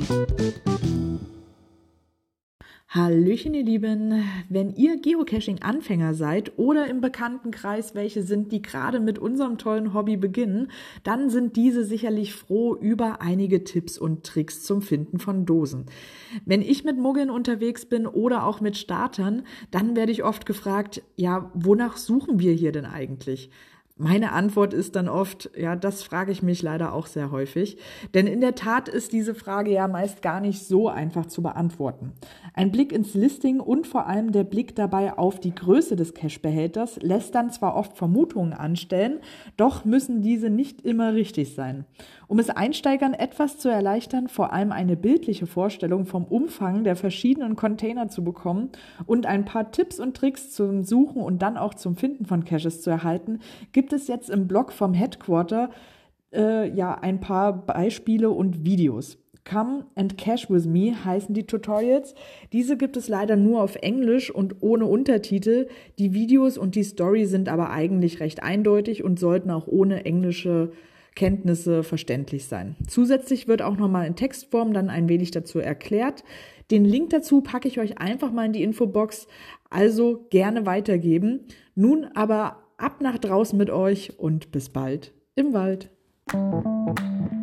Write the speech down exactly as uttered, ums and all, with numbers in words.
Hallöchen, ihr Lieben. Wenn ihr Geocaching-Anfänger seid oder im Bekanntenkreis welche sind, die gerade mit unserem tollen Hobby beginnen, dann sind diese sicherlich froh über einige Tipps und Tricks zum Finden von Dosen. Wenn ich mit Muggeln unterwegs bin oder auch mit Startern, dann werde ich oft gefragt, ja, wonach suchen wir hier denn eigentlich? Meine Antwort ist dann oft, ja, das frage ich mich leider auch sehr häufig. Denn in der Tat ist diese Frage ja meist gar nicht so einfach zu beantworten. Ein Blick ins Listing und vor allem der Blick dabei auf die Größe des Cache-Behälters lässt dann zwar oft Vermutungen anstellen, doch müssen diese nicht immer richtig sein. Um es Einsteigern etwas zu erleichtern, vor allem eine bildliche Vorstellung vom Umfang der verschiedenen Container zu bekommen und ein paar Tipps und Tricks zum Suchen und dann auch zum Finden von Caches zu erhalten, gibt es jetzt im Blog vom Headquarter äh, ja ein paar Beispiele und Videos. Come and Cache with me heißen die Tutorials. Diese gibt es leider nur auf Englisch und ohne Untertitel. Die Videos und die Story sind aber eigentlich recht eindeutig und sollten auch ohne englische Kenntnisse verständlich sein. Zusätzlich wird auch nochmal in Textform dann ein wenig dazu erklärt. Den Link dazu packe ich euch einfach mal in die Infobox, also gerne weitergeben. Nun aber ab nach draußen mit euch und bis bald im Wald.